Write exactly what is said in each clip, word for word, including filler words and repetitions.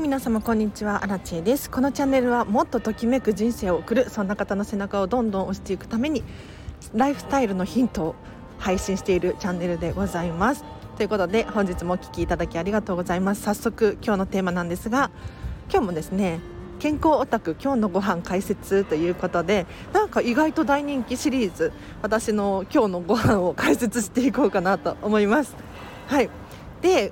皆様こんにちは、アラチェです。このチャンネルはもっとときめく人生を送る、そんな方の背中をどんどん押していくためにライフスタイルのヒントを配信しているチャンネルでございます。ということで本日もお聞きいただきありがとうございます。早速今日のテーマなんですが、今日もですね、健康オタク今日のご飯解説ということで、なんか意外と大人気シリーズ、私の今日のご飯を解説していこうかなと思います。はい。で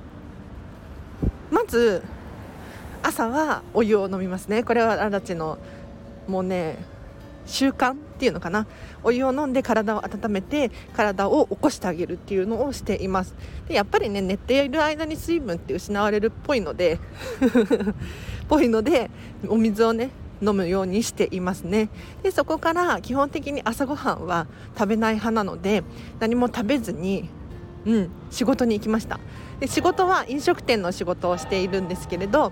まず朝はお湯を飲みますね。これはアラチのもうね習慣っていうのかな。お湯を飲んで体を温めて体を起こしてあげるっていうのをしています。でやっぱりね、寝ている間に水分って失われるっぽいのでぽいのでお水をね飲むようにしていますね。でそこから基本的に朝ごはんは食べない派なので、何も食べずにうん、仕事に行きました。で仕事は飲食店の仕事をしているんですけれど、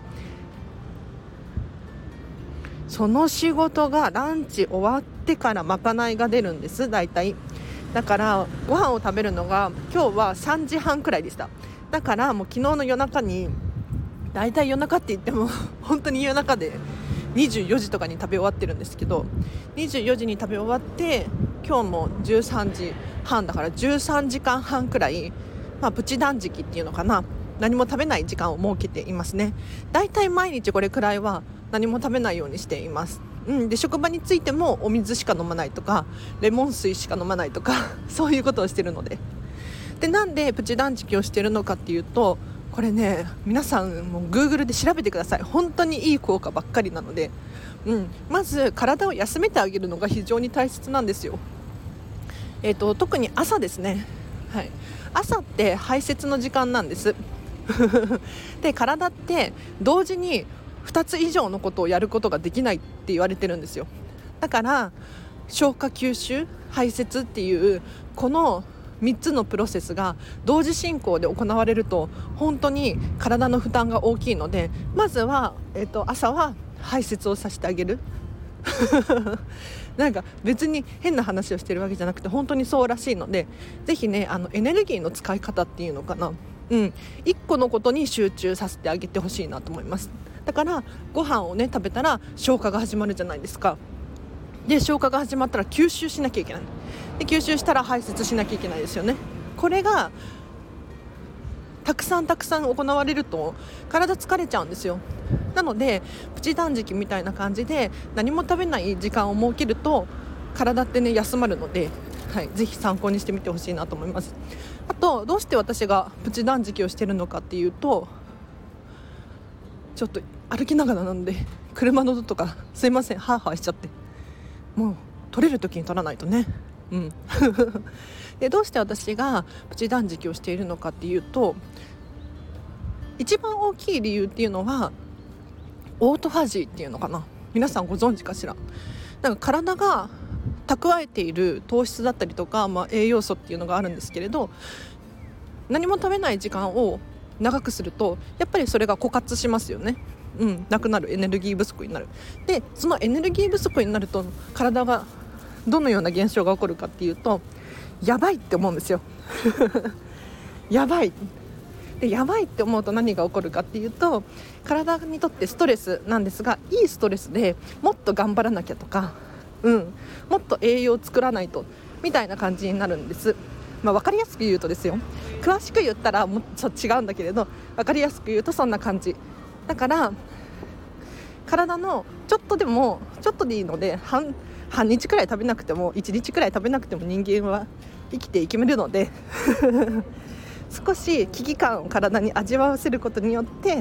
その仕事がランチ終わってからまかないが出るんです。だいたいだからご飯を食べるのが今日はさんじはんくらいでした。だからもう昨日の夜中に、だいたい夜中って言っても本当に夜中でにじゅうよじとかに食べ終わってるんですけど、にじゅうよじに食べ終わって今日もじゅうさんじはんだからじゅうさんじかんはんくらい、まあ、プチ断食っていうのかな、何も食べない時間を設けていますね。だいたい毎日これくらいは何も食べないようにしています、うん、で職場に着いてもお水しか飲まないとかレモン水しか飲まないとかそういうことをしているので。でなんでプチ断食をしているのかっていうと、これね皆さんもう Google で調べてください。本当にいい効果ばっかりなので、うん、まず体を休めてあげるのが非常に大切なんですよ。えーと、特に朝ですね、はい、朝って排泄の時間なんですで体って同時にふたつ以上のことをやることができないって言われてるんですよ。だから消化吸収排泄っていうこのみっつのプロセスが同時進行で行われると本当に体の負担が大きいので、まずは、えーと、朝は排泄をさせてあげるなんか別に変な話をしてるわけじゃなくて本当にそうらしいので、ぜひねあのエネルギーの使い方っていうのかな、うん、いっこのことに集中させてあげてほしいなと思います。だからご飯をね食べたら消化が始まるじゃないですか。で消化が始まったら吸収しなきゃいけない。で吸収したら排泄しなきゃいけないですよね。これがたくさんたくさん行われると体疲れちゃうんですよ。なのでプチ断食みたいな感じで何も食べない時間を設けると体ってね休まるので、はい、ぜひ参考にしてみてほしいなと思います。あとどうして私がプチ断食をしているのかっていうと、ちょっと歩きながらなんで車の音とかすいません、ハーハーしちゃって、もう取れる時に取らないとね、うんでどうして私がプチ断食をしているのかっていうと、一番大きい理由っていうのはオートファジーっていうのかな、皆さんご存知かしら。なんか体が蓄えている糖質だったりとか、まあ、栄養素っていうのがあるんですけれど、何も食べない時間を長くするとやっぱりそれが枯渇しますよね。うん、なくなる、エネルギー不足になる。でそのエネルギー不足になると体がどのような現象が起こるかっていうと、やばいって思うんですよやばいでやばいって思うと何が起こるかっていうと、体にとってストレスなんですが、いいストレスでもっと頑張らなきゃとか、うん、もっと栄養を作らないとみたいな感じになるんです。まあ、分かりやすく言うとですよ、詳しく言ったらもっと違うんだけれど、分かりやすく言うとそんな感じだから、体のちょっとでもちょっとでいいので半半日くらい食べなくてもいちにちくらい食べなくても人間は生きていけるので少し危機感を体に味わわせることによって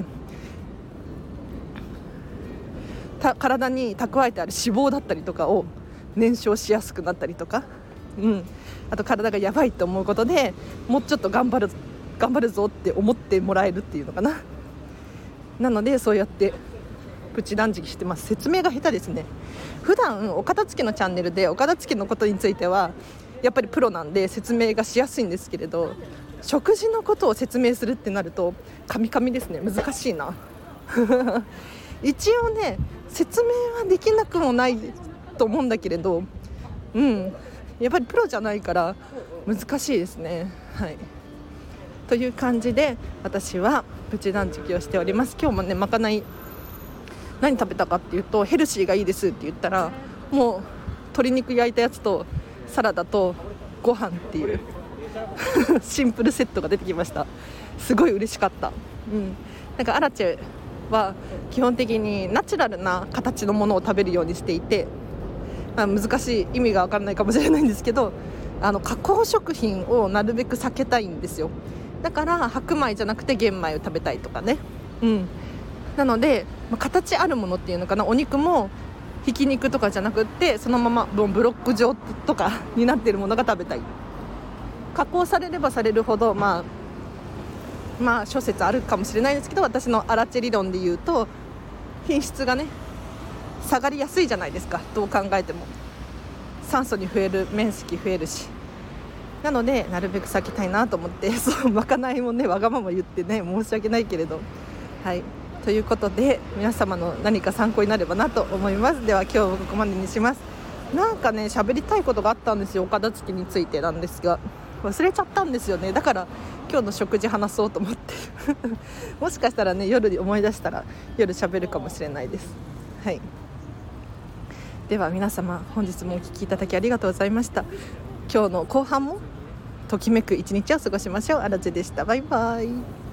体に蓄えてある脂肪だったりとかを燃焼しやすくなったりとか、うん、あと体がやばいと思うことでもうちょっと頑張る頑張るぞって思ってもらえるっていうのかな。なのでそうやってプチ断食してます。説明が下手ですね。普段お片付けのチャンネルでお片付けのことについてはやっぱりプロなんで説明がしやすいんですけれど、食事のことを説明するってなるとカミカミですね。難しいな一応ね説明はできなくもないと思うんだけれど、うん、やっぱりプロじゃないから難しいですね。はい。 という感じで私はプチ断食をしております。今日もねまかない何食べたかっていうとヘルシーがいいですって言ったらもう鶏肉焼いたやつとサラダとご飯っていうシンプルセットが出てきました。すごい嬉しかった、うん、なんかアラチェは基本的にナチュラルな形のものを食べるようにしていて、まあ、難しい意味が分かんないかもしれないんですけどあの加工食品をなるべく避けたいんですよ。だから白米じゃなくて玄米を食べたいとかね、うん、なので、まあ、形あるものっていうのかな、お肉もひき肉とかじゃなくってそのままブロック状とかになっているものが食べたい。加工されればされるほどまあまあ諸説あるかもしれないですけど、私のアラチェ理論で言うと品質がね下がりやすいじゃないですか。どう考えても酸素に増える面積増えるし、なのでなるべく避けたいなと思ってそうまかないもねわがまま言ってね申し訳ないけれど、はいということで皆様の何か参考になればなと思います。では今日はここまでにします。なんかね喋りたいことがあったんですよ、お片付けについてなんですが忘れちゃったんですよね。だから今日の食事話そうと思ってもしかしたらね夜に思い出したら夜喋るかもしれないです。はい、では皆様本日もお聞きいただきありがとうございました。今日の後半もときめく一日を過ごしましょう。あらちでした。バイバイ。